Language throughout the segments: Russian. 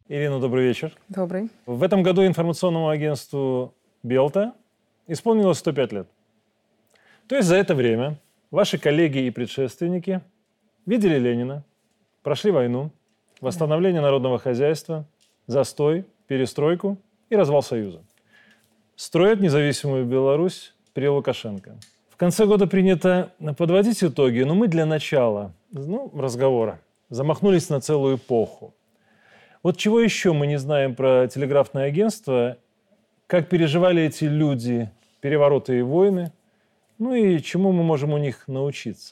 Ирина, добрый вечер. Добрый. В этом году информационному агентству «Белта» исполнилось 105 лет. То есть за это время ваши коллеги и предшественники видели Ленина, прошли войну, восстановление народного хозяйства, застой, перестройку и развал Союза. Строят независимую Беларусь при Лукашенко. В конце года принято подводить итоги, но мы для начала разговора замахнулись на целую эпоху. Вот чего еще мы не знаем про телеграфное агентство, как переживали эти люди перевороты и войны, ну и чему мы можем у них научиться?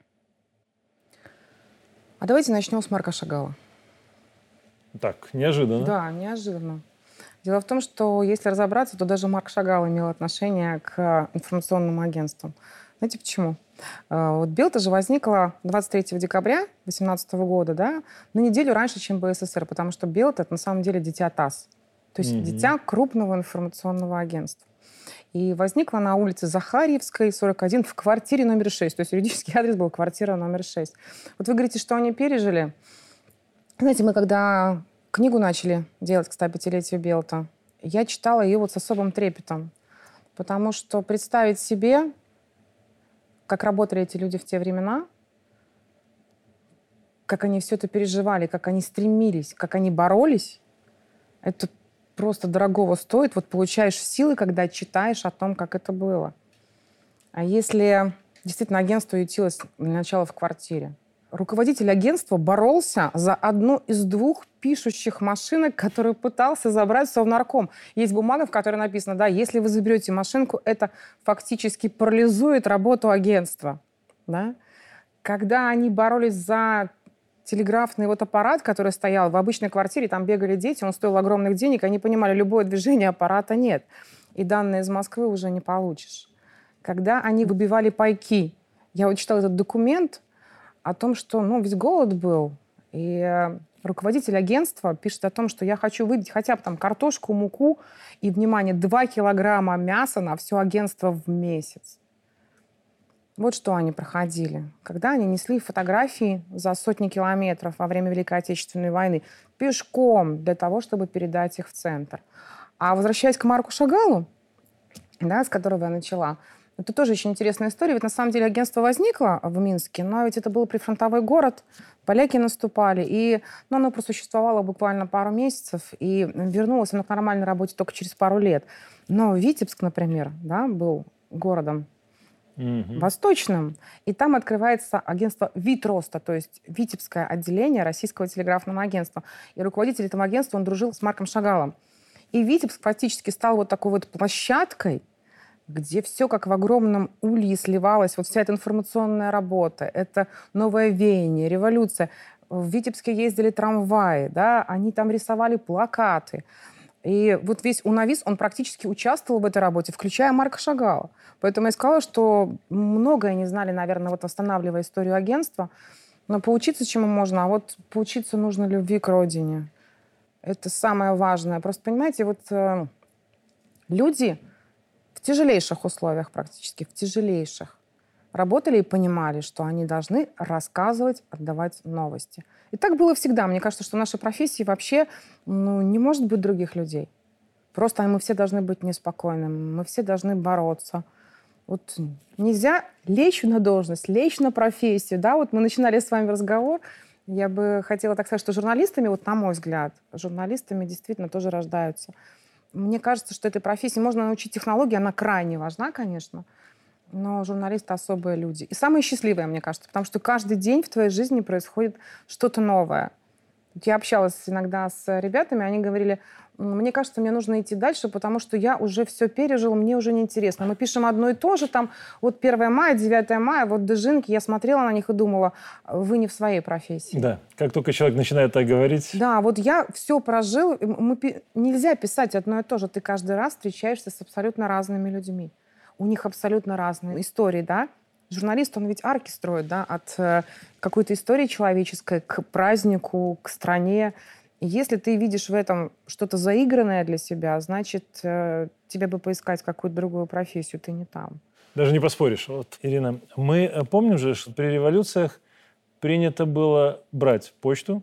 А давайте начнем с Марка Шагала. Так, неожиданно. Да, неожиданно. Дело в том, что если разобраться, то даже Марк Шагал имел отношение к информационным агентствам. Знаете почему? Вот Белта же возникла 23 декабря 2018 года, да, на неделю раньше, чем БССР, потому что Белта — это на самом деле дитя ТАСС, то есть дитя крупного информационного агентства. И возникла на улице Захарьевской, 41, в квартире номер 6. То есть юридический адрес был квартира номер 6. Вот вы говорите, что они пережили. Знаете, мы когда книгу начали делать к 105-летию Белта, я читала ее вот с особым трепетом. Потому что представить себе, как работали эти люди в те времена, как они все это переживали, как они стремились, как они боролись, это просто дорогого стоит. Вот получаешь силы, когда читаешь о том, как это было. А если действительно агентство ютилось для начала в квартире, руководитель агентства боролся за одну из двух пишущих машинок, которую пытался забрать Совнарком. Есть бумага, в которой написано, да, если вы заберете машинку, это фактически парализует работу агентства. Да? Когда они боролись за телеграфный вот аппарат, который стоял в обычной квартире, там бегали дети, он стоил огромных денег, они понимали, любое движение аппарата нет. И данные из Москвы уже не получишь. Когда они выбивали пайки, я вот читала этот документ о том, что, ведь голод был, и руководитель агентства пишет о том, что я хочу выбить хотя бы там картошку, муку и, внимание, 2 килограмма мяса на все агентство в месяц. Вот что они проходили. Когда они несли фотографии за сотни километров во время Великой Отечественной войны пешком для того, чтобы передать их в центр. А возвращаясь к Марку Шагалу, да, с которого я начала, это тоже очень интересная история. Ведь на самом деле агентство возникло в Минске, но ведь это был прифронтовой город, поляки наступали, и оно просуществовало буквально пару месяцев, и вернулось оно к нормальной работе только через пару лет. Но Витебск, например, да, был городом восточным, и там открывается агентство Витроста, то есть Витебское отделение Российского телеграфного агентства. И руководитель этого агентства, он дружил с Марком Шагалом. И Витебск фактически стал вот такой вот площадкой, где все как в огромном улье сливалось, вот вся эта информационная работа, это новое веяние, революция. В Витебске ездили трамваи, да, они там рисовали плакаты. И вот весь УНАВИС, он практически участвовал в этой работе, включая Марка Шагала. Поэтому я сказала, что многое не знали, наверное, вот восстанавливая историю агентства. Но поучиться чему можно, а вот поучиться нужно любви к родине. Это самое важное. Просто, понимаете, вот люди в тяжелейших условиях практически, в тяжелейших, работали и понимали, что они должны рассказывать, отдавать новости. И так было всегда. Мне кажется, что в нашей профессии вообще не может быть других людей. Просто мы все должны быть неспокойными, мы все должны бороться. Вот нельзя лечь на должность, лечь на профессию. Да? Вот мы начинали с вами разговор. Я бы хотела так сказать, что журналистами, вот на мой взгляд, журналистами действительно тоже рождаются. Мне кажется, что этой профессии можно научить технологии, она крайне важна, конечно, но журналисты особые люди. И самые счастливые, мне кажется, потому что каждый день в твоей жизни происходит что-то новое. Я общалась иногда с ребятами, они говорили, мне кажется, мне нужно идти дальше, потому что я уже все пережил, мне уже неинтересно. Мы пишем одно и то же, там, вот 1 мая, 9 мая, вот дожинки, я смотрела на них и думала, вы не в своей профессии. Да, как только человек начинает так говорить... Да, вот я все прожил, нельзя писать одно и то же, ты каждый раз встречаешься с абсолютно разными людьми. У них абсолютно разные истории, да. Журналист, он ведь арки строит, да, от какой-то истории человеческой к празднику, к стране. И если ты видишь в этом что-то заигранное для себя, значит, тебе бы поискать какую-то другую профессию, ты не там. Даже не поспоришь. Вот, Ирина, мы помним же, что при революциях принято было брать почту,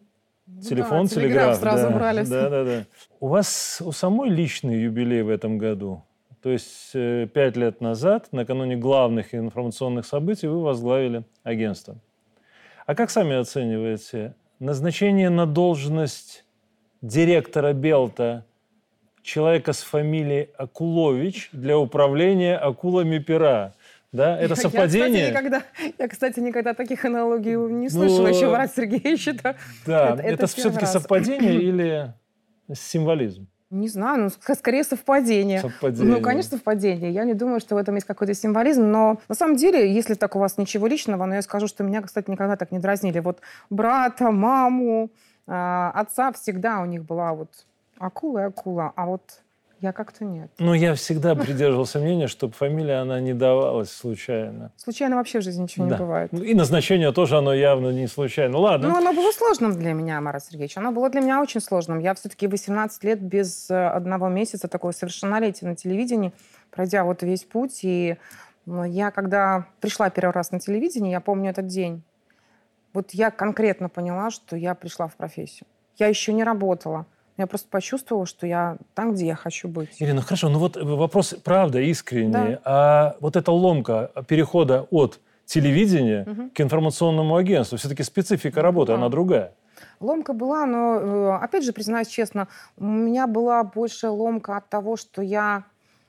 Телефон, да, телеграф сразу да, брали. да. У вас у самой личный юбилей в этом году. То есть 5 лет назад, накануне главных информационных событий, вы возглавили агентство. А как сами оцениваете назначение на должность директора Белта человека с фамилией Акулович для управления акулами пера? Да, это совпадение? Я, кстати, никогда таких аналогий не слышала еще, Марат Сергеевич. Да, это все-таки совпадение или символизм? Не знаю, скорее совпадение. Ну, конечно, совпадение. Я не думаю, что в этом есть какой-то символизм, но на самом деле, если так у вас ничего личного, но я скажу, что меня, кстати, никогда так не дразнили. Вот брата, маму, отца всегда у них была вот акула и акула, а вот я как-то нет. Ну, я всегда придерживался мнения, чтобы фамилия, она не давалась случайно. Случайно вообще в жизни ничего не бывает. И назначение тоже, оно явно не случайно. Ладно. Ну, оно было сложным для меня, Марат Сергеевич. Оно было для меня очень сложным. Я все-таки 18 лет без одного месяца такого совершеннолетия на телевидении, пройдя вот весь путь. И я, когда пришла первый раз на телевидение, я помню этот день. Вот я конкретно поняла, что я пришла в профессию. Я еще не работала. Я просто почувствовала, что я там, где я хочу быть. Ирина, хорошо, ну вот вопрос, правда, искренний. Да. А вот эта ломка перехода от телевидения к информационному агентству, все-таки специфика работы, она другая. Ломка была, но, опять же, признаюсь честно, у меня была больше ломка от того, что я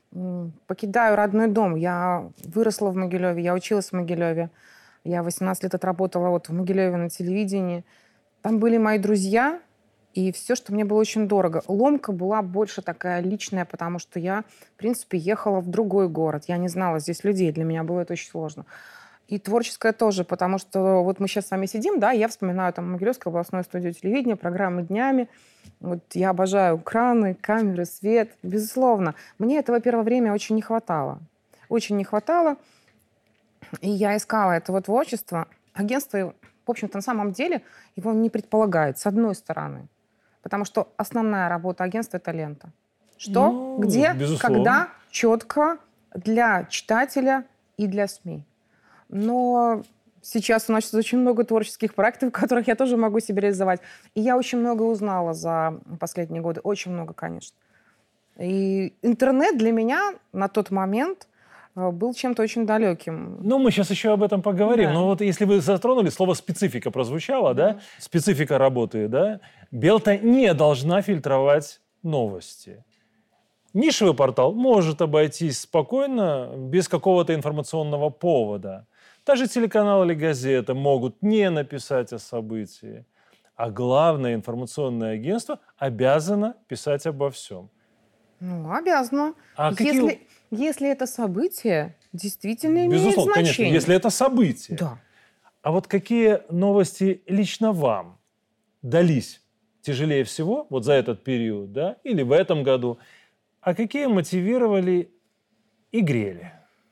покидаю родной дом. Я выросла в Могилеве, я училась в Могилеве. Я 18 лет отработала вот в Могилеве на телевидении. Там были мои друзья, и все, что мне было очень дорого. Ломка была больше такая личная, потому что я, в принципе, ехала в другой город. Я не знала здесь людей, для меня было это очень сложно. И творческое тоже, потому что вот мы сейчас с вами сидим, да, я вспоминаю там Могилевскую областную студию телевидения, программы днями. Вот я обожаю краны, камеры, свет. Безусловно. Мне этого первое время очень не хватало. Очень не хватало. И я искала этого творчества. Агентство, в общем-то, на самом деле его не предполагает, с одной стороны. Потому что основная работа агентства – это лента. Что, где, безусловно. когда, четко для читателя и для СМИ. Но сейчас у нас очень много творческих проектов, в которых я тоже могу себя реализовать. И я очень много узнала за последние годы. Очень много, конечно. И интернет для меня на тот момент был чем-то очень далеким. Ну, мы сейчас еще об этом поговорим. Да. Но вот если вы затронули, слово «специфика» прозвучало, да? Специфика работы, да? Белта не должна фильтровать новости. Нишевый портал может обойтись спокойно, без какого-то информационного повода. Даже телеканал или газета могут не написать о событии. А главное информационное агентство обязано писать обо всем. Ну, обязано. Если это событие действительно имеет Безусловно, значение. конечно, если это событие. Да. А вот какие новости лично вам дались тяжелее всего вот за этот период, да, или в этом году, а какие мотивировали и грели?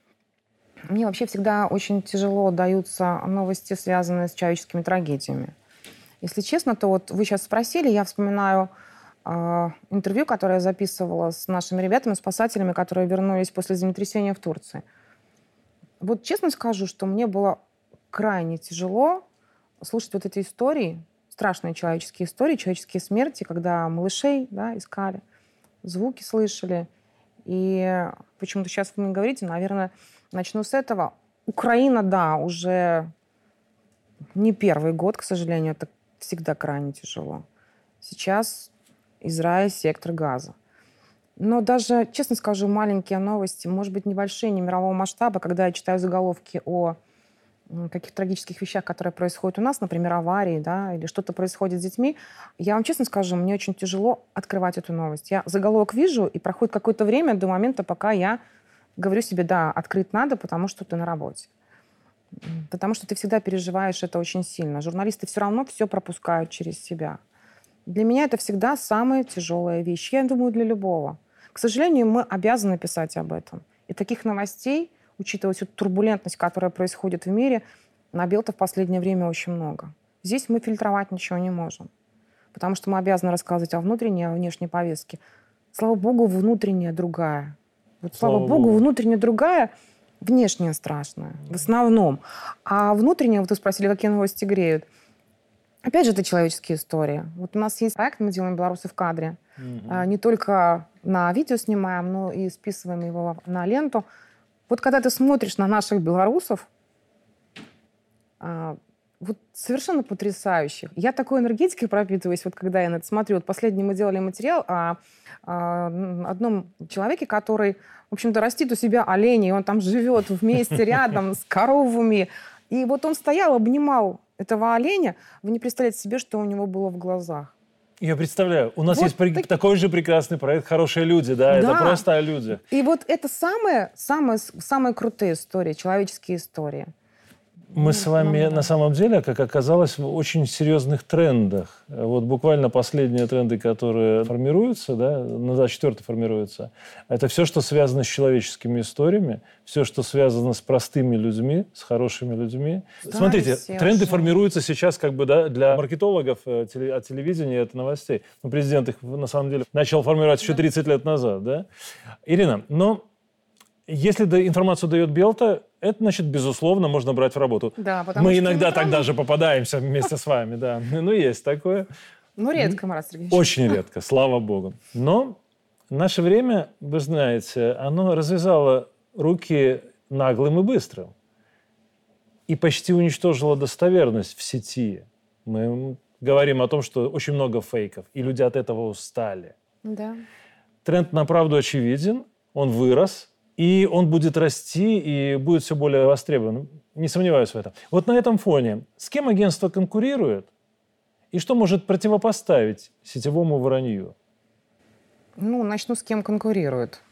Мне вообще всегда очень тяжело даются новости, связанные с человеческими трагедиями. Если честно, то вот вы сейчас спросили, я вспоминаю интервью, которое я записывала с нашими ребятами, спасателями, которые вернулись после землетрясения в Турции. Вот честно скажу, что мне было крайне тяжело слушать вот эти истории, страшные человеческие истории, человеческие смерти, когда малышей, да, искали, звуки слышали. И почему-то сейчас вы мне говорите, наверное, начну с этого. Украина, да, уже не первый год, к сожалению, это всегда крайне тяжело. Сейчас Израиль, сектор Газа. Но даже, честно скажу, маленькие новости, может быть, небольшие, не мирового масштаба, когда я читаю заголовки о каких-то трагических вещах, которые происходят у нас, например, аварии, да, или что-то происходит с детьми, я вам честно скажу, мне очень тяжело открывать эту новость. Я заголовок вижу, и проходит какое-то время до момента, пока я говорю себе, да, открыть надо, потому что ты на работе. Потому что ты всегда переживаешь это очень сильно. Журналисты все равно все пропускают через себя. Для меня это всегда самая тяжелая вещь. Я думаю, для любого. К сожалению, мы обязаны писать об этом. И таких новостей, учитывая всю турбулентность, которая происходит в мире, на Белта в последнее время очень много. Здесь мы фильтровать ничего не можем. Потому что мы обязаны рассказывать о внутренней и о внешней повестке. Слава богу, внутренняя другая. Вот, слава богу, внутренняя другая, внешняя страшная. В основном. А внутренняя, вот вы спросили, какие новости греют. Опять же, это человеческие истории. Вот у нас есть проект, мы делаем «Белорусы в кадре». Не только на видео снимаем, но и списываем его на ленту. Вот когда ты смотришь на наших белорусов, вот совершенно потрясающих. Я такой энергетикой пропитываюсь, вот когда я на это смотрю. Вот последний мы делали материал о одном человеке, который, в общем-то, растит у себя оленей, он там живет вместе рядом с коровами. И вот он стоял, обнимал этого оленя. Вы не представляете себе, что у него было в глазах. Я представляю. У нас Вот есть такой же прекрасный проект «Хорошие люди», да? Это просто о людях. И вот это самые крутые истории, человеческие истории. Мы с вами, на самом деле, как оказалось, в очень серьезных трендах. Вот буквально последние тренды, которые формируются, да, на 24-й формируются, это все, что связано с человеческими историями, все, что связано с простыми людьми, с хорошими людьми. Да, смотрите, тренды формируются сейчас как бы, да, для маркетологов от телевидения и от новостей. Но президент их, на самом деле, начал формировать еще 30 лет назад. Да? Ирина, но если информацию дает Белта, это, значит, безусловно, можно брать в работу. Да, потому мы что иногда так даже попадаемся вместе с вами, да. Ну, есть такое. Ну, редко, Марат Сергеевич. Очень редко, слава богу. Но наше время, вы знаете, оно развязало руки наглым и быстрым. И почти уничтожило достоверность в сети. Мы говорим о том, что очень много фейков, и люди от этого устали. Да. Тренд на правду очевиден, он вырос. И он будет расти и будет все более востребован. Не сомневаюсь в этом. Вот на этом фоне с кем агентство конкурирует и что может противопоставить сетевому вранью? Ну, начну с кем конкурирует.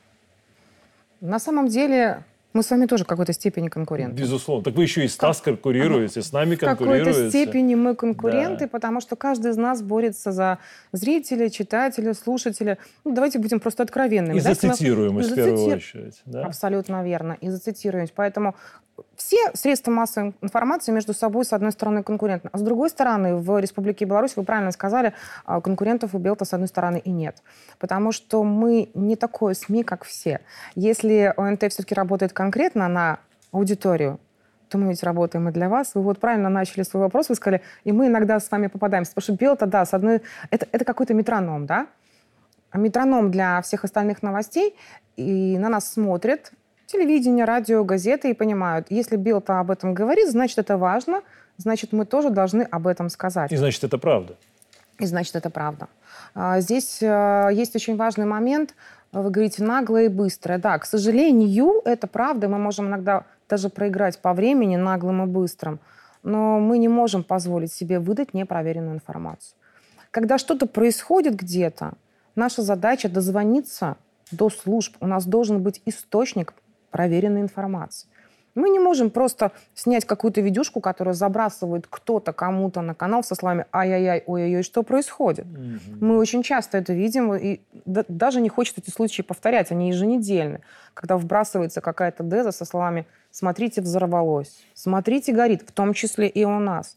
На самом деле мы с вами тоже в какой-то степени конкуренты. Безусловно. Так вы еще и с ТАСС конкурируете, с нами конкурируете. В какой-то степени мы конкуренты, да. Потому что каждый из нас борется за зрителя, читателя, слушателя. Ну, давайте будем просто откровенными. И зацитируемость в первую очередь. Да? Абсолютно верно. И зацитируемость. Поэтому все средства массовой информации между собой, с одной стороны, конкурентны. А с другой стороны, в Республике Беларусь, вы правильно сказали, конкурентов у Белта, с одной стороны, и нет. Потому что мы не такое СМИ, как все. Если ОНТ все-таки работает конкретно на аудиторию, то мы ведь работаем и для вас. Вы вот правильно начали свой вопрос, вы сказали, и мы иногда с вами попадаемся. Потому что Белта, да, с одной... Это какой-то метроном, да? А метроном для всех остальных новостей. И на нас смотрят телевидение, радио, газеты и понимают, если Белта об этом говорит, значит, это важно, значит, мы тоже должны об этом сказать. И значит, это правда. И значит, это правда. Здесь есть очень важный момент. Вы говорите нагло и быстро. Да, к сожалению, это правда. Мы можем иногда даже проиграть по времени наглым и быстрым. Но мы не можем позволить себе выдать непроверенную информацию. Когда что-то происходит где-то, наша задача дозвониться до служб. У нас должен быть источник проверенной информации. Мы не можем просто снять какую-то видюшку, которую забрасывает кто-то кому-то на канал со словами «ай-яй-яй, ой-ой-ой, что происходит?». Мы очень часто это видим, и даже не хочется эти случаи повторять, они еженедельны. Когда вбрасывается какая-то деза со словами «смотрите, взорвалось», «смотрите, горит», в том числе и у нас.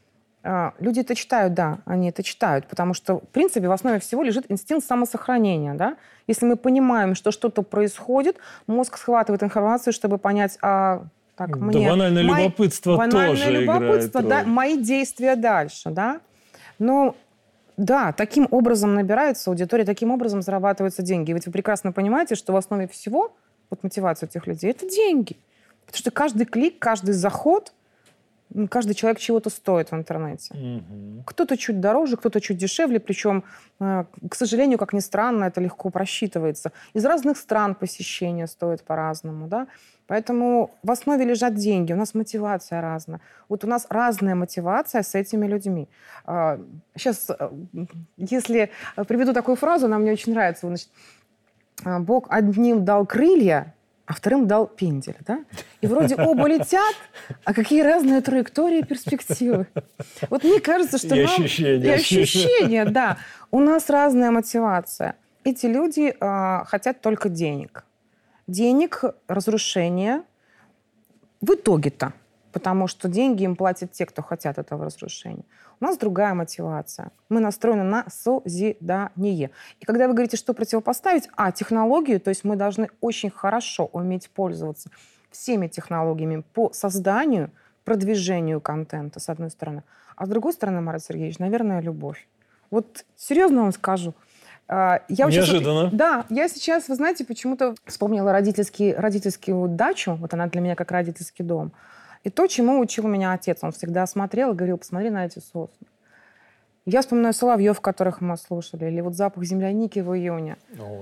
Люди это читают, да, они это читают, потому что, в принципе, в основе всего лежит инстинкт самосохранения, да. Если мы понимаем, что что-то происходит, мозг схватывает информацию, чтобы понять, так, мне... Да, банальное любопытство тоже играет роль. Да, мои действия дальше, да. Но, да, таким образом набирается аудитория, таким образом зарабатываются деньги. Ведь вы прекрасно понимаете, что в основе всего, вот мотивация этих людей, это деньги. Потому что каждый клик, каждый заход... Каждый человек чего-то стоит в интернете. Кто-то чуть дороже, кто-то чуть дешевле. Причем, к сожалению, как ни странно, это легко просчитывается. Из разных стран посещение стоит по-разному. Да? Поэтому в основе лежат деньги. У нас мотивация разная. Вот у нас разная мотивация с этими людьми. Сейчас, если приведу такую фразу, она мне очень нравится. Значит, Бог одним дал крылья, а вторым дал пендель, да? И вроде оба летят, а какие разные траектории и перспективы. Вот мне кажется, что и нам... ощущения. И ощущения, да. У нас разная мотивация. Эти люди хотят только денег. Денег, разрушения. В итоге-то. Потому что деньги им платят те, кто хотят этого разрушения. У нас другая мотивация. Мы настроены на созидание. И когда вы говорите, что противопоставить, технологию, то есть мы должны очень хорошо уметь пользоваться всеми технологиями по созданию продвижению контента, с одной стороны. А с другой стороны, Марат Сергеевич, наверное, любовь. Вот серьезно вам скажу. Неожиданно. Да, я сейчас, вы знаете, почему-то вспомнила родительскую дачу. Вот она для меня как родительский дом. И то, чему учил меня отец. Он всегда смотрел и говорил: посмотри на эти сосны. Я вспоминаю соловьев, которых мы слушали, или вот запах земляники в июне.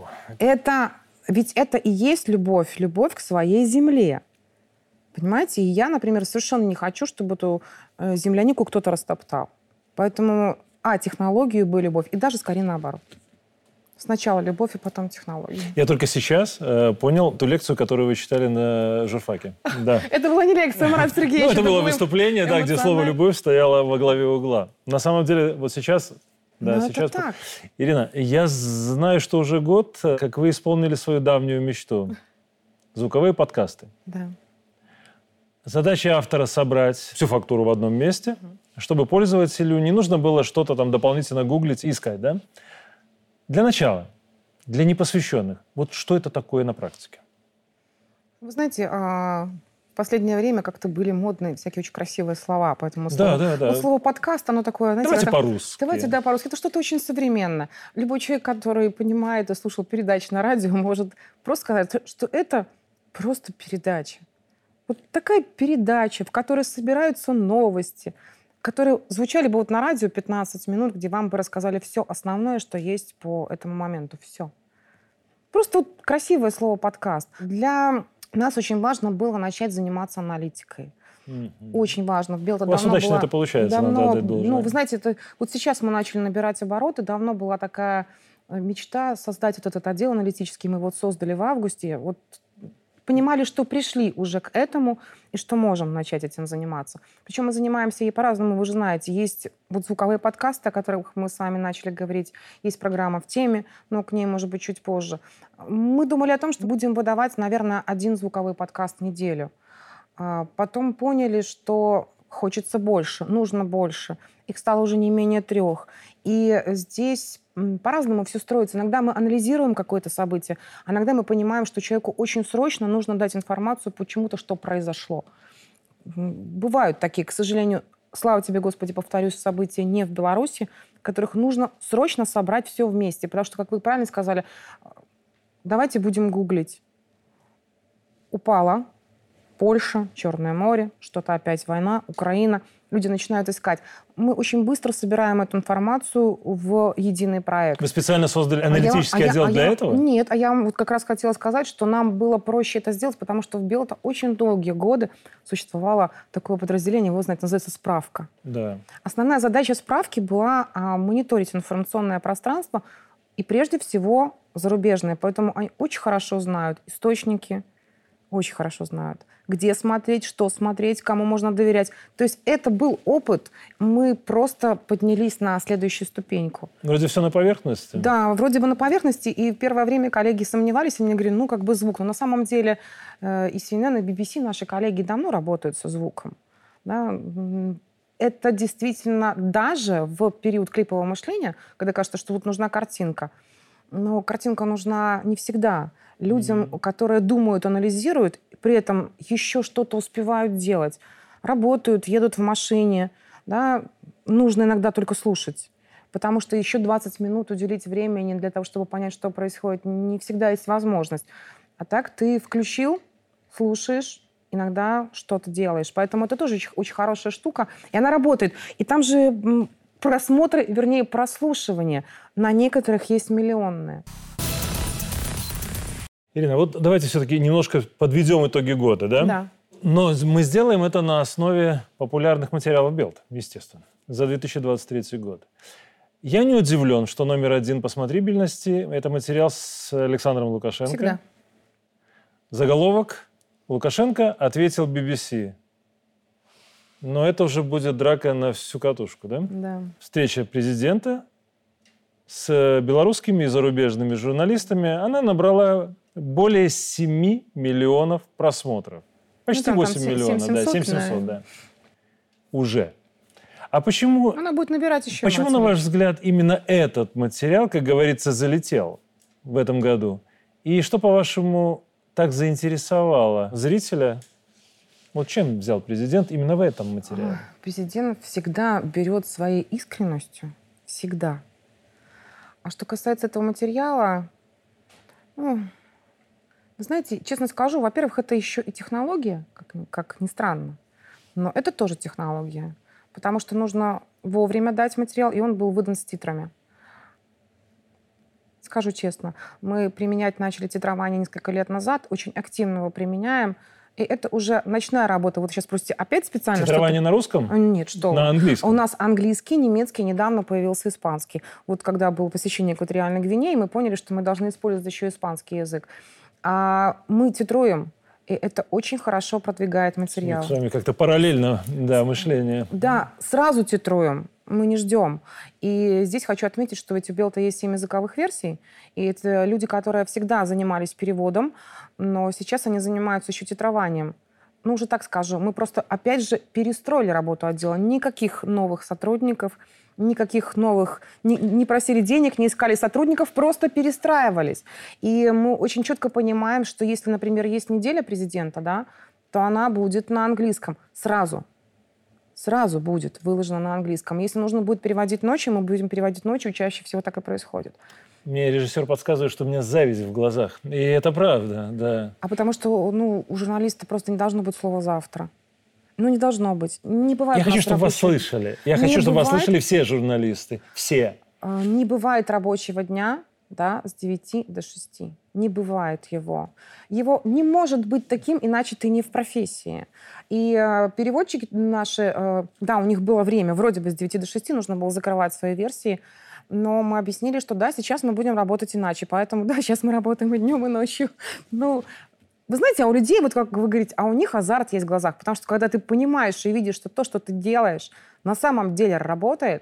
Ведь это и есть любовь к своей земле. Понимаете? И я, например, совершенно не хочу, чтобы эту землянику кто-то растоптал. Поэтому, технологию бы любовь, и даже скорее наоборот. Сначала любовь, и потом технология. Я только сейчас понял ту лекцию, которую вы читали на журфаке. Да. Это была не лекция, Марат Сергеевич. Это было выступление, да, где слово «любовь» стояло во главе угла. На самом деле, вот сейчас... Да, сейчас. Это так. Ирина, я знаю, что уже год, как вы исполнили свою давнюю мечту. Звуковые подкасты. Да. Задача автора — собрать всю фактуру в одном месте, чтобы пользователю не нужно было что-то там дополнительно гуглить и искать, да? Для начала, для непосвященных, вот что это такое на практике? Вы знаете, в последнее время как-то были модные всякие очень красивые слова, поэтому слово «подкаст», оно такое... Знаете, давайте по-русски. Давайте, да, по-русски. Это что-то очень современное. Любой человек, который понимает и слушал передачи на радио, может просто сказать, что это просто передача. Вот такая передача, в которой собираются новости, которые звучали бы вот на радио 15 минут, где вам бы рассказали все основное, что есть по этому моменту. Все. Просто вот красивое слово «подкаст». Для нас очень важно было начать заниматься аналитикой. Очень важно. В Белта у вас давно удачно была... это получается, давно, надо отдать должное. Ну, вы знаете, вот сейчас мы начали набирать обороты. Давно была такая мечта создать вот этот отдел аналитический. Мы вот создали в августе. Вот понимали, что пришли уже к этому и что можем начать этим заниматься. Причем мы занимаемся и по-разному, вы же знаете. Есть вот звуковые подкасты, о которых мы с вами начали говорить. Есть программа «В теме», но к ней, может быть, чуть позже. Мы думали о том, что будем выдавать, наверное, 1 звуковой подкаст в неделю. Потом поняли, что хочется больше, нужно больше. Их стало уже не менее 3. И здесь по-разному все строится. Иногда мы анализируем какое-то событие, а иногда мы понимаем, что человеку очень срочно нужно дать информацию почему-то, что произошло. Бывают такие, к сожалению, слава тебе, Господи, повторюсь, события не в Беларуси, которых нужно срочно собрать все вместе. Потому что, как вы правильно сказали, давайте будем гуглить. Упала Польша, Черное море, что-то опять война, Украина. Люди начинают искать. Мы очень быстро собираем эту информацию в единый проект. Вы специально создали аналитический отдел для этого? Нет, я вам вот как раз хотела сказать, что нам было проще это сделать, потому что в Белта очень долгие годы существовало такое подразделение, его, знаете, называется «Справка». Да. Основная задача «Справки» была мониторить информационное пространство, и прежде всего зарубежное. Поэтому они очень хорошо знают источники, очень хорошо знают, где смотреть, что смотреть, кому можно доверять. То есть это был опыт. Мы просто поднялись на следующую ступеньку. Вроде все на поверхности. Да, вроде бы на поверхности. И в первое время коллеги сомневались, и мне говорили, как бы звук. Но на самом деле и CNN, и BBC, наши коллеги давно работают со звуком. Да? Это действительно даже в период клипового мышления, когда кажется, что вот нужна картинка. Но картинка нужна не всегда. Людям, которые думают, анализируют, при этом еще что-то успевают делать. Работают, едут в машине. Да? Нужно иногда только слушать. Потому что еще 20 минут уделить времени для того, чтобы понять, что происходит, не всегда есть возможность. А так ты включил, слушаешь, иногда что-то делаешь. Поэтому это тоже очень хорошая штука. И она работает. И там же просмотры, вернее, прослушивания на некоторых есть миллионные. Ирина, вот давайте все-таки немножко подведем итоги года, да? Да. Но мы сделаем это на основе популярных материалов Белта, естественно, за 2023 год. Я не удивлен, что номер 1 по смотрибельности – это материал с Александром Лукашенко. Всегда. Заголовок: Лукашенко ответил BBC. Но это уже будет драка на всю катушку, да? Да. Встреча президента с белорусскими и зарубежными журналистами, она набрала более 7 миллионов просмотров. Почти 8 миллионов, 700, да. Уже. А почему... Она будет набирать еще. Почему, на ваш взгляд, именно этот материал, как говорится, залетел в этом году? И что, по-вашему, так заинтересовало зрителя Вот чем взял президент именно в этом материале? Президент всегда берет своей искренностью. Всегда. А что касается этого материала, ну, вы знаете, честно скажу, во-первых, это еще и технология, как ни странно. Но это тоже технология. Потому что нужно вовремя дать материал, и он был выдан с титрами. Скажу честно, мы применять начали титрование несколько лет назад, очень активно его применяем. И это уже ночная работа. Вот сейчас спросите, опять специально Титрование на русском? Нет, что На английском? У нас английский, немецкий, недавно появился испанский. Вот когда было посещение Экваториальной Гвинеи, мы поняли, что мы должны использовать еще испанский язык. А мы титруем, и это очень хорошо продвигает материал. С вами как-то параллельно, да, мышление. Да, сразу титруем, мы не ждем. И здесь хочу отметить, что ведь у Белта есть 7 языковых версий, и это люди, которые всегда занимались переводом, но сейчас они занимаются еще титрованием. Ну, уже так скажу, мы просто, опять же, перестроили работу отдела. Никаких новых сотрудников, никаких новых... Не просили денег, не искали сотрудников, просто перестраивались. И мы очень четко понимаем, что если, например, есть неделя президента, да, то она будет на английском сразу. Сразу будет выложена на английском. Если нужно будет переводить ночью, мы будем переводить ночью. Чаще всего так и происходит. Мне режиссер подсказывает, что у меня зависть в глазах. И это правда, да. А потому что у журналиста просто не должно быть слова «завтра». Ну, не должно быть. Не бывает. Я хочу, чтобы вас слышали. Я хочу, чтобы вас слышали все журналисты. Все. Не бывает рабочего дня, да, с 9 до 6. Не бывает его. Его не может быть таким, иначе ты не в профессии. И переводчики наши, да, у них было время, вроде бы с 9 до 6 нужно было закрывать свои версии, но мы объяснили, что да, сейчас мы будем работать иначе. Поэтому, да, сейчас мы работаем и днем, и ночью. Ну, вы знаете, а у людей, вот как вы говорите, а у них азарт есть в глазах. Потому что когда ты понимаешь и видишь, что то, что ты делаешь, на самом деле работает,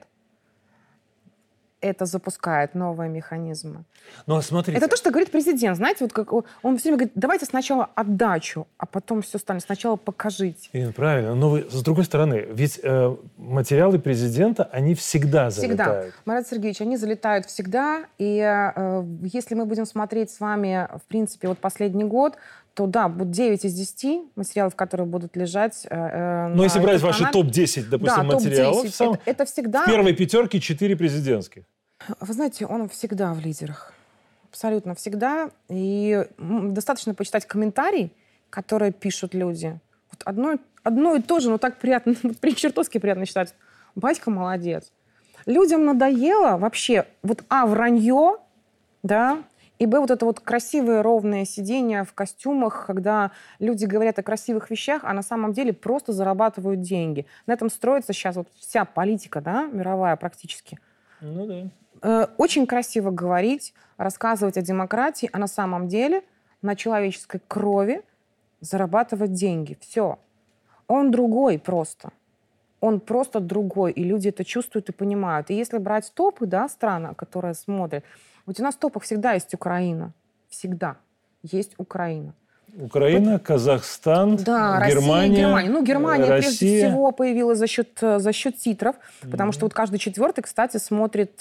это запускает новые механизмы. Но смотрите. Это то, что говорит президент. Знаете, вот как он все время говорит, давайте сначала отдачу, а потом все остальное. Сначала покажите. Ирина, правильно. Но вы, с другой стороны, ведь материалы президента, они всегда залетают. Всегда. Марат Сергеевич, они залетают всегда. И если мы будем смотреть с вами, в принципе, вот последний год, то да, будет 9 из 10 материалов, которые будут лежать. Но если брать ваши топ-10, допустим, да, материалов, топ-10, это всегда... в первой пятерке 4 президентских. Вы знаете, он всегда в лидерах. Абсолютно всегда. И достаточно почитать комментарии, которые пишут люди. Вот одно и то же, но так приятно, чертовски приятно читать. Батька молодец. Людям надоело вообще вот вранье, да, и вот это вот красивое ровное сидение в костюмах, когда люди говорят о красивых вещах, а на самом деле просто зарабатывают деньги. На этом строится сейчас вот вся политика, да, мировая практически. Ну да. Очень красиво говорить, рассказывать о демократии, а на самом деле на человеческой крови зарабатывать деньги. Все. Он другой просто. Он просто другой, и люди это чувствуют и понимают. И если брать топы, да, страны, которые смотрят, вот у нас в топах всегда есть Украина. Всегда есть Украина. Украина, Казахстан, да, Германия. Россия. Ну, Германия Россия. прежде всего появилась за счет титров, потому что вот каждый четвертый, кстати, смотрит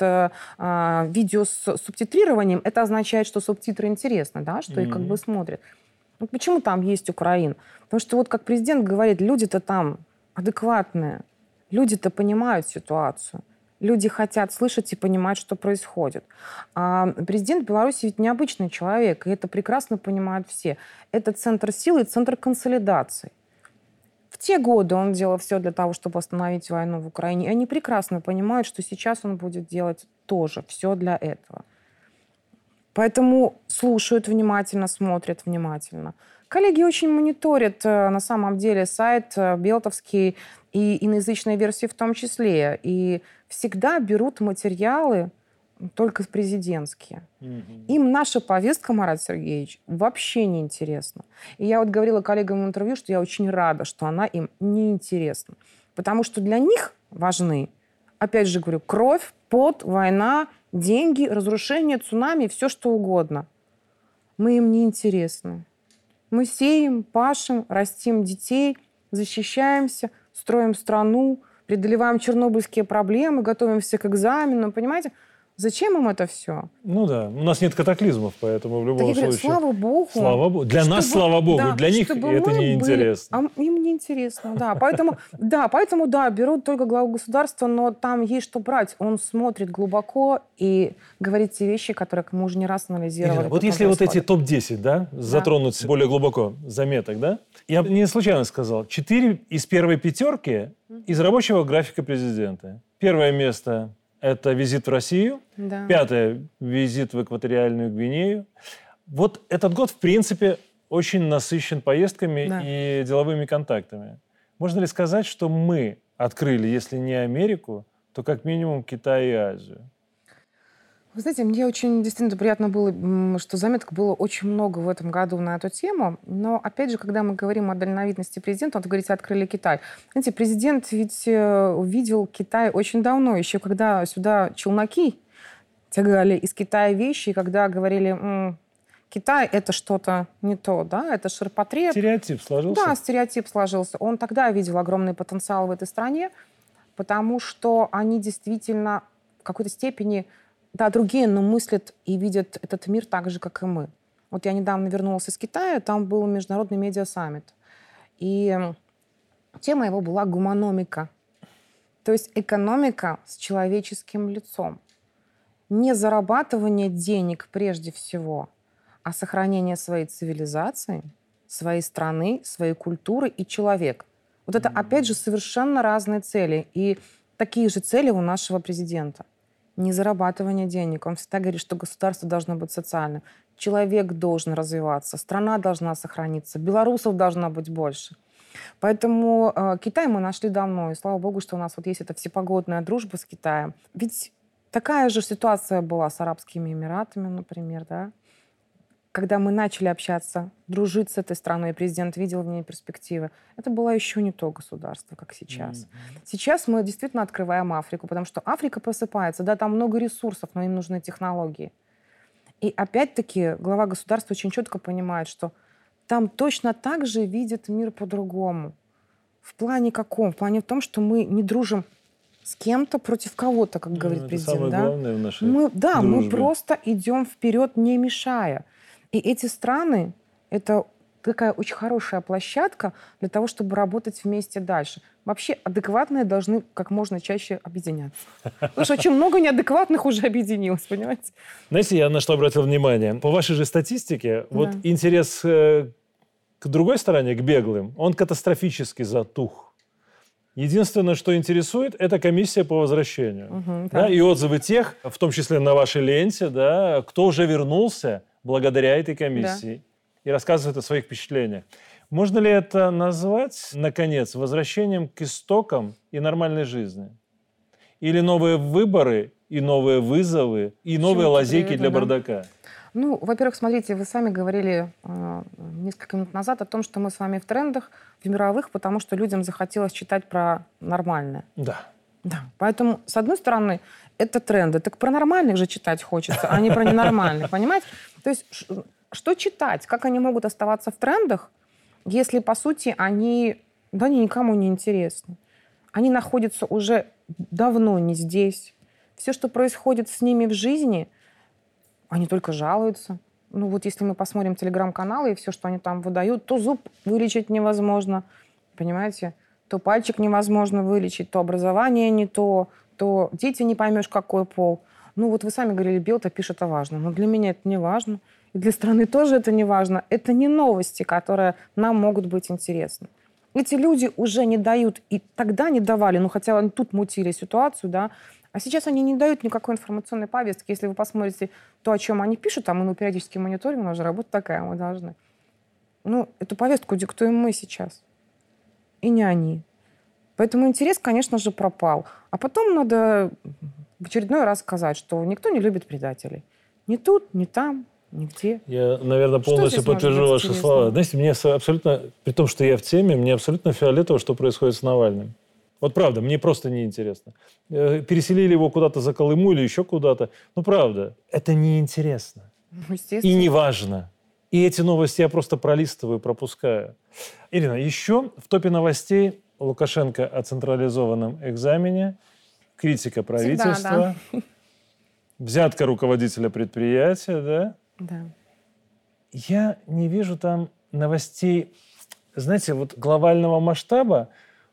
видео с субтитрированием. Это означает, что субтитры интересны, да, что их как бы смотрят. Ну, почему там есть Украина? Потому что вот как президент говорит, люди-то там адекватные, люди-то понимают ситуацию. Люди хотят слышать и понимать, что происходит. А президент Беларуси ведь необычный человек, и это прекрасно понимают все. Это центр силы и центр консолидации. В те годы он делал все для того, чтобы остановить войну в Украине. И они прекрасно понимают, что сейчас он будет делать тоже все для этого. Поэтому слушают внимательно, смотрят внимательно. Коллеги очень мониторят, на самом деле, сайт белтовский и иноязычные версии в том числе. И всегда берут материалы только президентские. Им наша повестка, Марат Сергеевич, вообще не интересна. И я вот говорила коллегам в интервью, что я очень рада, что она им не интересна. Потому что для них важны, опять же говорю, кровь, пот, война, деньги, разрушение, цунами, все что угодно. Мы им не интересны. Мы сеем, пашем, растим детей, защищаемся, строим страну, преодолеваем чернобыльские проблемы, готовимся к экзаменам, понимаете? Зачем им это все? Ну да, у нас нет катаклизмов, поэтому в любом Так я говорю, случае... слава Богу. Слава Богу. Для нас, слава Богу, да, для них чтобы это мы неинтересно. были, а им неинтересно, да. Поэтому, да, берут только главу государства, но там есть что брать. Он смотрит глубоко и говорит те вещи, которые мы уже не раз анализировали. Ирина, вот если вот эти топ-10, да, затронуть более глубоко заметок, да, я не случайно сказал, 4 из первой пятерки из рабочего графика президента. Первое место – это визит в Россию. Да. 5-е – визит в Экваториальную Гвинею. Вот этот год, в принципе, очень насыщен поездками и деловыми контактами. Можно ли сказать, что мы открыли, если не Америку, то как минимум Китай и Азию? Вы знаете, мне очень действительно приятно было, что заметок было очень много в этом году на эту тему. Но, опять же, когда мы говорим о дальновидности президента, вот вы говорите, открыли Китай. Знаете, президент ведь увидел Китай очень давно, еще когда сюда челноки тягали из Китая вещи, и когда говорили, Китай — это что-то не то, да, это ширпотреб. Стереотип сложился? Да, стереотип сложился. Он тогда видел огромный потенциал в этой стране, потому что они действительно в какой-то степени... Да, другие, но мыслят и видят этот мир так же, как и мы. Вот я недавно вернулась из Китая, там был международный медиа-саммит. И тема его была гуманомика. То есть экономика с человеческим лицом. Не зарабатывание денег прежде всего, а сохранение своей цивилизации, своей страны, своей культуры и человек. Вот это, опять же, совершенно разные цели. И такие же цели у нашего президента. Не зарабатывание денег. Он всегда говорит, что государство должно быть социальным. Человек должен развиваться, страна должна сохраниться, белорусов должно быть больше. Поэтому Китай мы нашли давно. И слава богу, что у нас вот есть эта всепогодная дружба с Китаем. Ведь такая же ситуация была с Арабскими Эмиратами, например, да? Когда мы начали общаться, дружить с этой страной, и президент видел в ней перспективы, это было еще не то государство, как сейчас. Сейчас мы действительно открываем Африку, потому что Африка просыпается, да, там много ресурсов, но им нужны технологии. И опять-таки глава государства очень четко понимает, что там точно так же видят мир по-другому. В плане каком? В плане в том, что мы не дружим с кем-то против кого-то, как говорит президент. Это самое главное в нашей дружбе. Мы просто идем вперед, не мешая. И эти страны — это такая очень хорошая площадка для того, чтобы работать вместе дальше. Вообще адекватные должны как можно чаще объединяться. Потому что очень много неадекватных уже объединилось, понимаете? Знаете, я на что обратил внимание? По вашей же статистике, вот интерес к другой стороне, к беглым, он катастрофически затух. Единственное, что интересует, это комиссия по возвращению. Да, и отзывы тех, в том числе на вашей ленте, да, кто уже вернулся благодаря этой комиссии и рассказывает о своих впечатлениях. Можно ли это назвать, наконец, возвращением к истокам и нормальной жизни? Или новые выборы, и новые вызовы, и новые лазейки для бардака? Ну, во-первых, смотрите, вы сами говорили несколько минут назад о том, что мы с вами в трендах, в мировых, потому что людям захотелось читать про нормальное. Да. Да. Поэтому, с одной стороны, это тренды. Так про нормальных же читать хочется, а не про ненормальных, понимаете? То есть что читать? Как они могут оставаться в трендах, если, по сути, они никому не интересны? Они находятся уже давно не здесь. Все, что происходит с ними в жизни, они только жалуются. Ну вот если мы посмотрим телеграм-каналы и все, что они там выдают, то зуб вылечить невозможно, понимаете? То пальчик невозможно вылечить, то образование не то дети не поймешь, какой пол. Ну вот вы сами говорили, Белта пишет о важном. Но для меня это не важно. И для страны тоже это не важно. Это не новости, которые нам могут быть интересны. Эти люди уже не дают, и тогда не давали, ну хотя они тут мутили ситуацию, да, а сейчас они не дают никакой информационной повестки. Если вы посмотрите то, о чем они пишут, а мы периодически мониторим, у нас же работа такая, мы должны. Ну, эту повестку диктуем мы сейчас. И не они. Поэтому интерес, конечно же, пропал. А потом надо в очередной раз сказать, что никто не любит предателей. Ни тут, ни там, нигде. Я, наверное, полностью подтвержу ваши слова. Знаете, мне абсолютно, при том, что я в теме, мне абсолютно фиолетово, что происходит с Навальным. Вот правда, мне просто неинтересно. Переселили его куда-то за Колыму или еще куда-то. Ну, правда, это неинтересно. И не важно. И эти новости я просто пролистываю, пропускаю. Ирина, еще в топе новостей Лукашенко о централизованном экзамене, критика правительства. Всегда, да. взятка руководителя предприятия, да? Да. Я не вижу там новостей, знаете, вот глобального масштаба,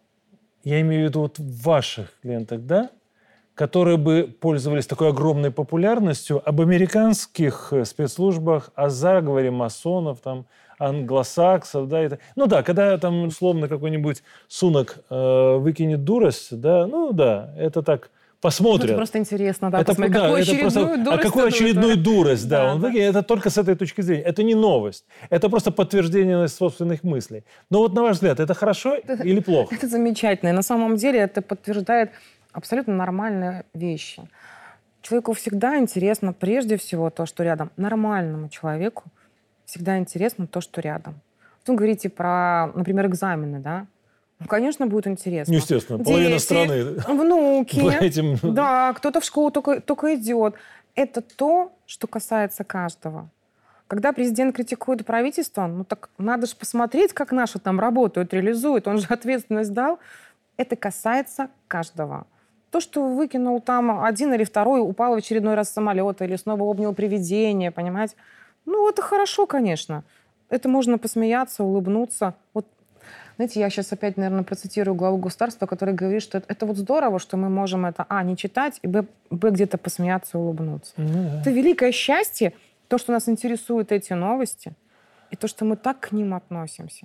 я имею в виду вот в ваших лентах, да, которые бы пользовались такой огромной популярностью, об американских спецслужбах, о заговоре масонов, там, англосаксов, да, ну да, когда там условно какой-нибудь Сунак выкинет дурость, да, ну да, это так посмотрят. Это просто интересно, да, это, посмотреть, да, какую это очередную просто, дурость. А какую очередную дурость, да, Да, он да. выкинет, это только с этой точки зрения. Это не новость, это просто подтверждение собственных мыслей. Но вот на ваш взгляд, это хорошо или плохо? Это замечательно. И на самом деле это подтверждает абсолютно нормальные вещи. Человеку всегда интересно прежде всего то, что рядом. Нормальному человеку всегда интересно то, что рядом. Вы говорите про, например, экзамены, да? Ну, конечно, будет интересно. Естественно, половина Дети, страны внуки, этим... да, кто-то в школу только идет. Это то, что касается каждого. Когда президент критикует правительство, ну так надо же посмотреть, как наши там работают, реализуют. Он же ответственность дал. Это касается каждого. То, что выкинул там один или второй, упал в очередной раз с самолета или снова обнял привидение, понимаете? Ну, это хорошо, конечно. Это можно посмеяться, улыбнуться. Вот, знаете, я сейчас опять, наверное, процитирую главу государства, который говорит, что это вот здорово, что мы можем это, не читать, и, б, где-то посмеяться, улыбнуться. Да. Это великое счастье, то, что нас интересуют эти новости, и то, что мы так к ним относимся.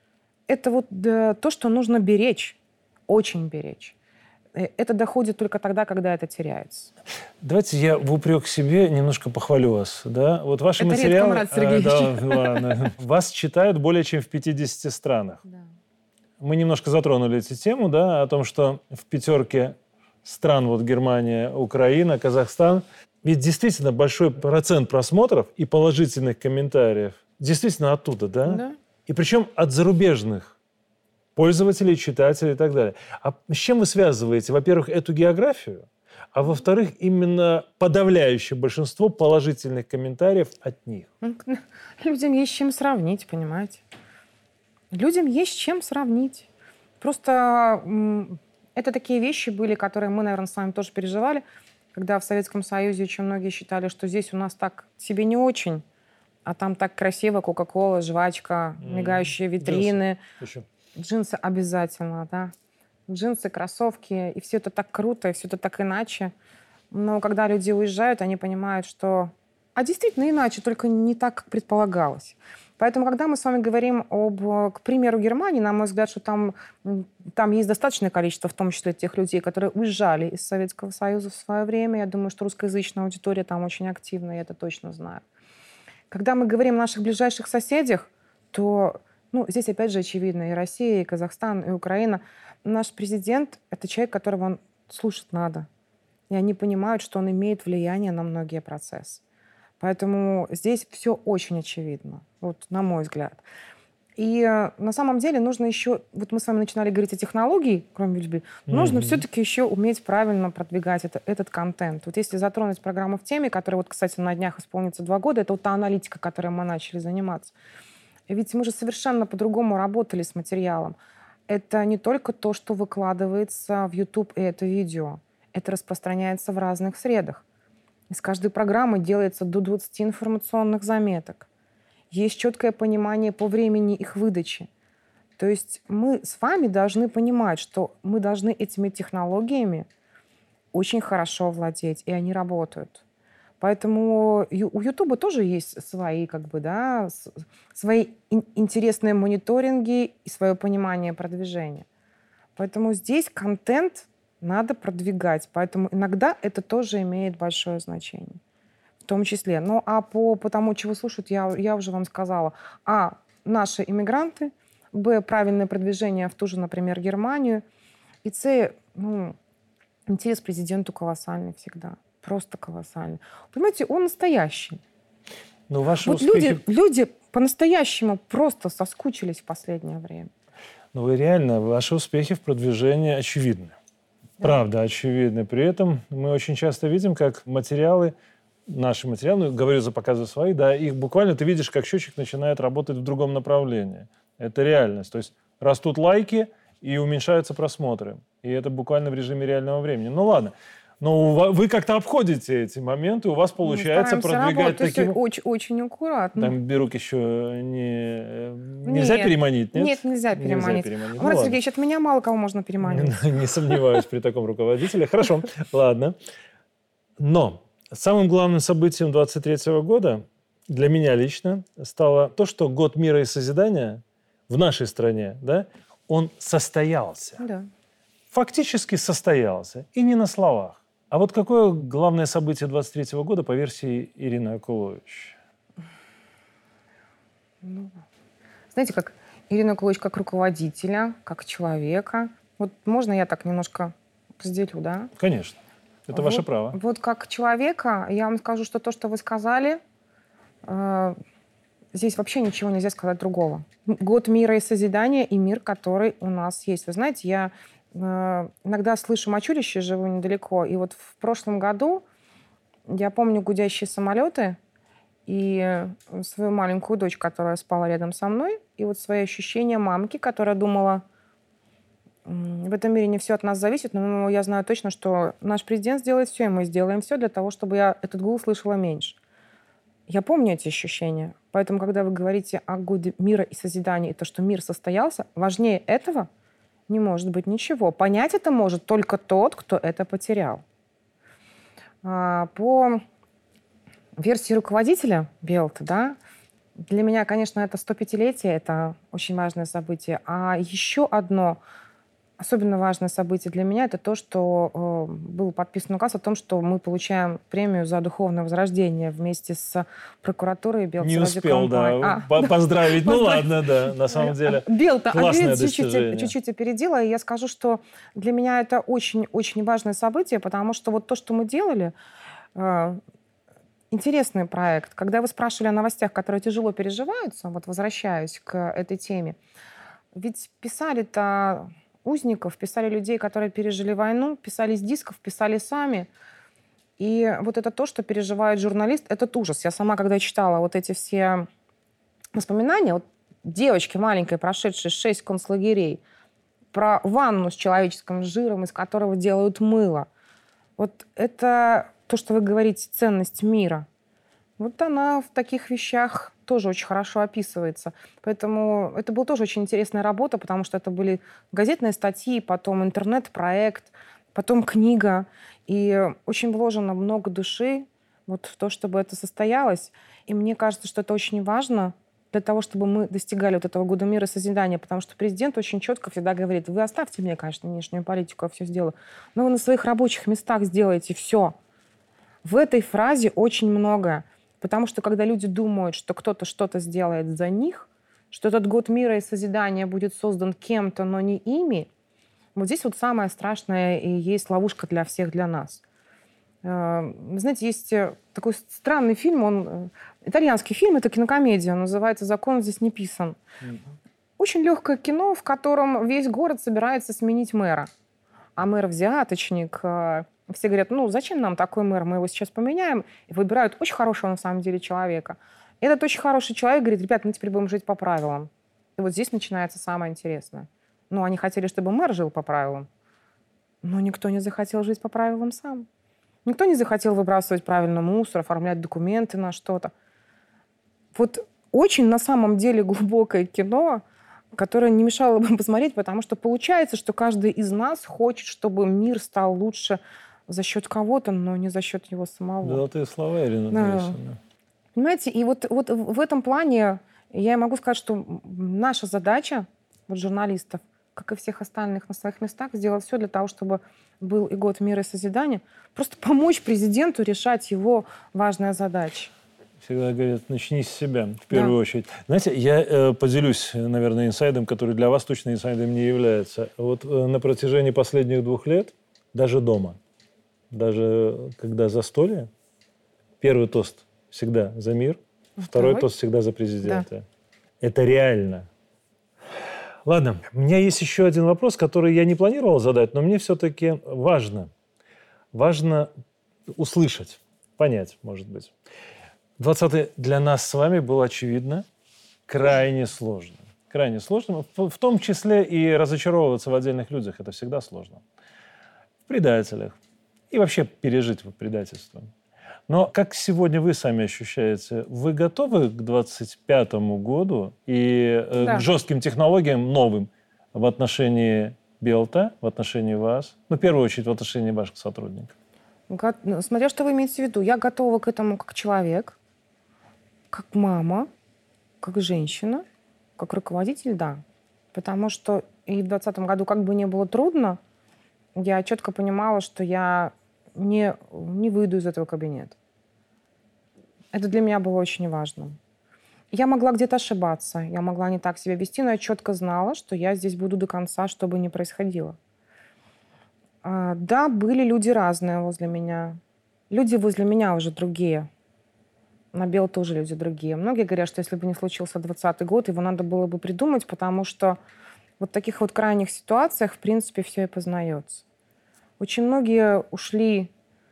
Это вот то, что нужно беречь, очень беречь. Это доходит только тогда, когда это теряется. Давайте я в упрек себе немножко похвалю вас. Да? Вот ваши это материалы... редко, Марат Сергеевич. Ладно. Вас читают более чем в 50 странах. Да. Мы немножко затронули эту тему, да, о том, что в 5 стран, вот Германия, Украина, Казахстан, ведь действительно большой процент просмотров и положительных комментариев действительно оттуда, да? Да. И причем от зарубежных пользователей, читателей и так далее. А с чем вы связываете, во-первых, эту географию, а во-вторых, именно подавляющее большинство положительных комментариев от них? Людям есть с чем сравнить, понимаете? Людям есть с чем сравнить. Просто это такие вещи были, которые мы, наверное, с вами тоже переживали, когда в Советском Союзе очень многие считали, что здесь у нас так себе не очень, а там так красиво, Кока-Кола, жвачка, мигающие витрины. Джинсы обязательно, да. Джинсы, кроссовки, и все это так круто, и все это так иначе. Но когда люди уезжают, они понимают, что... А действительно иначе, только не так, как предполагалось. Поэтому, когда мы с вами говорим к примеру, Германии, на мой взгляд, что там есть достаточное количество, в том числе тех людей, которые уезжали из Советского Союза в свое время. Я думаю, что русскоязычная аудитория там очень активна, я это точно знаю. Когда мы говорим о наших ближайших соседях, то... здесь опять же очевидно, и Россия, и Казахстан, и Украина. Наш президент — это человек, которого слушать надо. И они понимают, что он имеет влияние на многие процессы. Поэтому здесь все очень очевидно, вот на мой взгляд. И на самом деле нужно еще... Вот мы с вами начинали говорить о технологии, кроме YouTube, нужно все-таки еще уметь правильно продвигать этот контент. Вот если затронуть программу «В теме», которая, вот, кстати, на днях исполнится 2 года, это вот та аналитика, которой мы начали заниматься. Ведь мы же совершенно по-другому работали с материалом. Это не только то, что выкладывается в YouTube, и это видео. Это распространяется в разных средах. Из каждой программы делается до 20 информационных заметок. Есть четкое понимание по времени их выдачи. То есть мы с вами должны понимать, что мы должны этими технологиями очень хорошо владеть, и они работают. Поэтому у Ютуба тоже есть свои, свои интересные мониторинги и свое понимание продвижения. Поэтому здесь контент надо продвигать. Поэтому иногда это тоже имеет большое значение. В том числе. Ну, а по тому, чего слушают, я уже вам сказала. А, наши иммигранты. Б, правильное продвижение в ту же, например, Германию. И С, интерес к президенту колоссальный всегда. Просто колоссальный. Понимаете, он настоящий. Но ваши вот успехи... люди по-настоящему просто соскучились в последнее время. Но вы реально, ваши успехи в продвижении очевидны. Да. Правда, очевидны. При этом мы очень часто видим, как материалы, наши материалы, говорю за показы свои, да, их буквально ты видишь, как счетчик начинает работать в другом направлении. Это реальность. То есть растут лайки и уменьшаются просмотры. И это буквально в режиме реального времени. Ну ладно. Но вы как-то обходите эти моменты, у вас получается продвигать таким... Очень, очень аккуратно. Там берук еще нельзя переманить, нет? Нет, нельзя переманить. Ну, Марат Сергеевич, от меня мало кого можно переманить. Не сомневаюсь при таком руководителе. Хорошо, ладно. Но самым главным событием 23 года для меня лично стало то, что год мира и созидания в нашей стране, да, он состоялся. Да. Фактически состоялся. И не на словах. А вот какое главное событие 23 года по версии Ирины Акулович? Знаете, как Ирина Акулович как руководителя, как человека. Вот можно я так немножко разделю, да? Конечно. Это ваше право. Вот как человека я вам скажу, что то, что вы сказали, здесь вообще ничего нельзя сказать другого. Год мира и созидания и мир, который у нас есть. Вы знаете, я иногда слышу мочулище, живу недалеко. И вот в прошлом году я помню гудящие самолеты и свою маленькую дочь, которая спала рядом со мной, и вот свои ощущения мамки, которая думала, в этом мире не все от нас зависит, но я знаю точно, что наш президент сделает все, и мы сделаем все для того, чтобы я этот гул слышала меньше. Я помню эти ощущения. Поэтому, когда вы говорите о годе мира и созидания, и то, что мир состоялся, важнее этого не может быть ничего. Понять это может только тот, кто это потерял. По версии руководителя Белты, да, для меня, конечно, это 105-летие, это очень важное событие. А еще одно особенно важное событие для меня — это то, что был подписан указ о том, что мы получаем премию за духовное возрождение вместе с прокуратурой Белты. Не успел, да, поздравить. Ну ладно, да, на самом деле. Белта классное достижение. Чуть-чуть опередила, и я скажу, что для меня это очень-очень важное событие, потому что вот то, что мы делали, интересный проект. Когда вы спрашивали о новостях, которые тяжело переживаются, вот возвращаюсь к этой теме, ведь писали-то узников, писали людей, которые пережили войну, писали с дисков, писали сами. И вот это то, что переживает журналист, этот ужас. Я сама, когда читала вот эти все воспоминания, вот девочки маленькой, прошедшей 6 концлагерей, про ванну с человеческим жиром, из которого делают мыло. Вот это то, что вы говорите, ценность мира. Вот она в таких вещах тоже очень хорошо описывается. Поэтому это была тоже очень интересная работа, потому что это были газетные статьи, потом интернет-проект, потом книга. И очень вложено много души вот в то, чтобы это состоялось. И мне кажется, что это очень важно для того, чтобы мы достигали вот этого года мира и созидания. Потому что президент очень четко всегда говорит: вы оставьте мне, конечно, внешнюю политику, я все сделаю, но вы на своих рабочих местах сделаете все. В этой фразе очень многое. Потому что когда люди думают, что кто-то что-то сделает за них, что этот год мира и созидания будет создан кем-то, но не ими, вот здесь вот самое страшное и есть ловушка для всех, для нас. Вы знаете, есть такой странный фильм, он итальянский фильм, это кинокомедия, он называется «Закон здесь не писан». Очень легкое кино, в котором весь город собирается сменить мэра. А мэр взяточник. Все говорят: ну, зачем нам такой мэр, мы его сейчас поменяем. И выбирают очень хорошего на самом деле человека. И этот очень хороший человек говорит: ребят, мы теперь будем жить по правилам. И вот здесь начинается самое интересное. Ну, они хотели, чтобы мэр жил по правилам, но никто не захотел жить по правилам сам. Никто не захотел выбрасывать правильно мусор, оформлять документы на что-то. Вот очень на самом деле глубокое кино, которое не мешало бы посмотреть, потому что получается, что каждый из нас хочет, чтобы мир стал лучше за счет кого-то, но не за счет его самого. Золотые слова, Ирина Борисовна. Понимаете, и вот в этом плане я могу сказать, что наша задача, вот журналистов, как и всех остальных на своих местах, сделать все для того, чтобы был и год мира и созидания, просто помочь президенту решать его важные задачи. Всегда говорят: начни с себя, в первую очередь. Знаете, я поделюсь, наверное, инсайдом, который для вас точно инсайдом не является. Вот на протяжении последних 2 лет, даже дома, даже когда застолье, первый тост всегда за мир, второй тост всегда за президента. Да. Это реально. Ладно, у меня есть еще один вопрос, который я не планировал задать, но мне все-таки важно. Важно услышать, понять, может быть. 20-й для нас с вами был, очевидно, крайне сложным. Крайне сложным. В том числе и разочаровываться в отдельных людях. Это всегда сложно. В предателях. и вообще пережить предательство. Но как сегодня вы сами ощущаете, вы готовы к 25-му году и Да. к жестким технологиям новым в отношении Белта, в отношении вас, в первую очередь в отношении ваших сотрудников? Смотря что вы имеете в виду. Я готова к этому как человек, как мама, как женщина, как руководитель, да. Потому что и в 2020 году, как бы ни было трудно, я четко понимала, что я не выйду из этого кабинета. Это для меня было очень важно. Я могла где-то ошибаться, я могла не так себя вести, но я четко знала, что я здесь буду до конца, что бы ни происходило. Да, были люди разные возле меня. Люди возле меня уже другие. На Бел тоже люди другие. Многие говорят, что если бы не случился 2020 год, его надо было бы придумать, потому что вот в таких вот крайних ситуациях, в принципе, все и познается. Очень многие ушли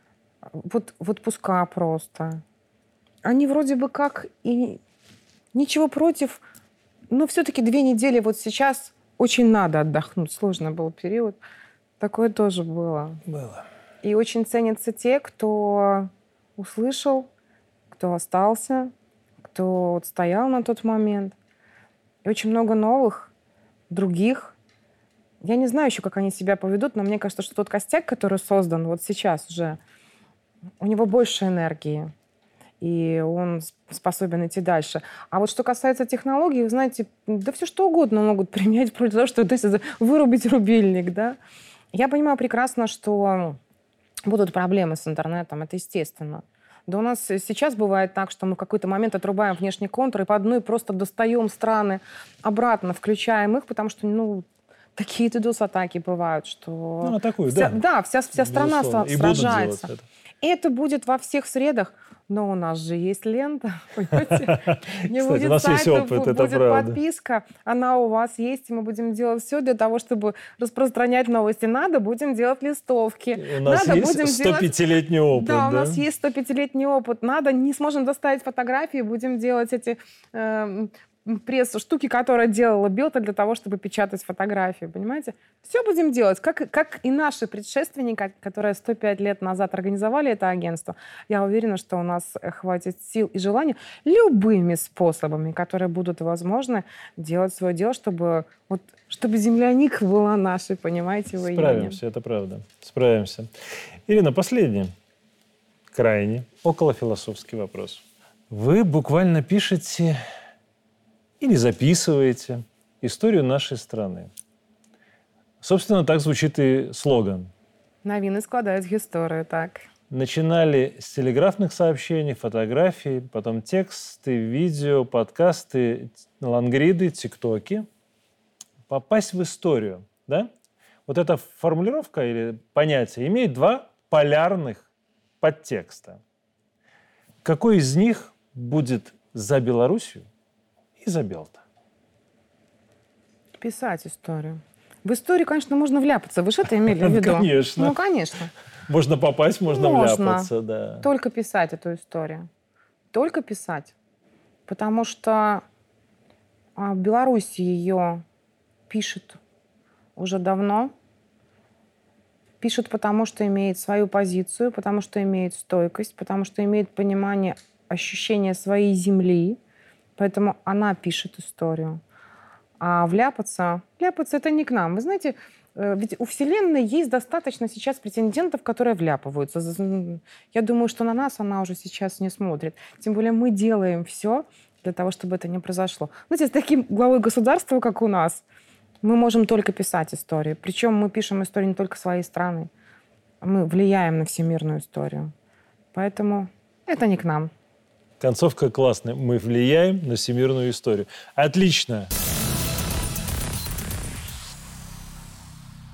в отпуска просто. Они вроде бы как и ничего против, но все-таки 2 недели вот сейчас очень надо отдохнуть. Сложный был период. Такое тоже было. Было. И очень ценятся те, кто услышал, кто остался, кто вот стоял на тот момент. И очень много новых, других. Я не знаю еще, как они себя поведут, но мне кажется, что тот костяк, который создан вот сейчас уже, у него больше энергии. И он способен идти дальше. А вот что касается технологий, вы знаете, да все что угодно могут применять против того, что вырубить рубильник, да. Я понимаю прекрасно, что будут проблемы с интернетом, это естественно. Да у нас сейчас бывает так, что мы в какой-то момент отрубаем внешний контур и по одной просто достаем страны обратно, включаем их, потому что, такие DDoS-атаки бывают, что... атакуют, вся страна сражается. И это будет во всех средах. Но у нас же есть лента, понимаете? Не Кстати, у нас есть опыт, это будет правда. Подписка, она у вас есть, и мы будем делать все для того, чтобы распространять новости. Надо, будем делать листовки. У нас есть 105-летний опыт, да? У нас есть 105-летний опыт. Надо, не сможем доставить фотографии, будем делать эти пресс-штуки, которые делала Белта для того, чтобы печатать фотографии, понимаете? Все будем делать, как и наши предшественники, которые 105 лет назад организовали это агентство. Я уверена, что у нас хватит сил и желания любыми способами, которые будут возможны, делать свое дело, чтобы земляника была нашей, понимаете, в июне. Справимся, это правда. Справимся. Ирина, последний, крайне, околофилософский вопрос. Вы буквально пишете... или записываете историю нашей страны. Собственно, так звучит и слоган. Новины складают историю, так. Начинали с телеграфных сообщений, фотографий, потом тексты, видео, подкасты, лонгриды, тиктоки. Попасть в историю, да? Вот эта формулировка или понятие имеет 2 полярных подтекста. Какой из них будет за Белоруссию и за Белта? Писать историю. В историю, конечно, можно вляпаться. Вы же это имели в виду? Конечно. Конечно. Можно попасть, можно вляпаться, да. Только писать эту историю. Только писать. Потому что в Беларуси ее пишет уже давно. Пишет, потому что имеет свою позицию, потому что имеет стойкость, потому что имеет понимание, ощущение своей земли. Поэтому она пишет историю. А вляпаться это не к нам. Вы знаете, ведь у Вселенной есть достаточно сейчас претендентов, которые вляпываются. Я думаю, что на нас она уже сейчас не смотрит. Тем более мы делаем все для того, чтобы это не произошло. Знаете, с таким главой государства, как у нас, мы можем только писать истории. Причем мы пишем историю не только своей страны. Мы влияем на всемирную историю. Поэтому это не к нам. Концовка классная. Мы влияем на всемирную историю. Отлично.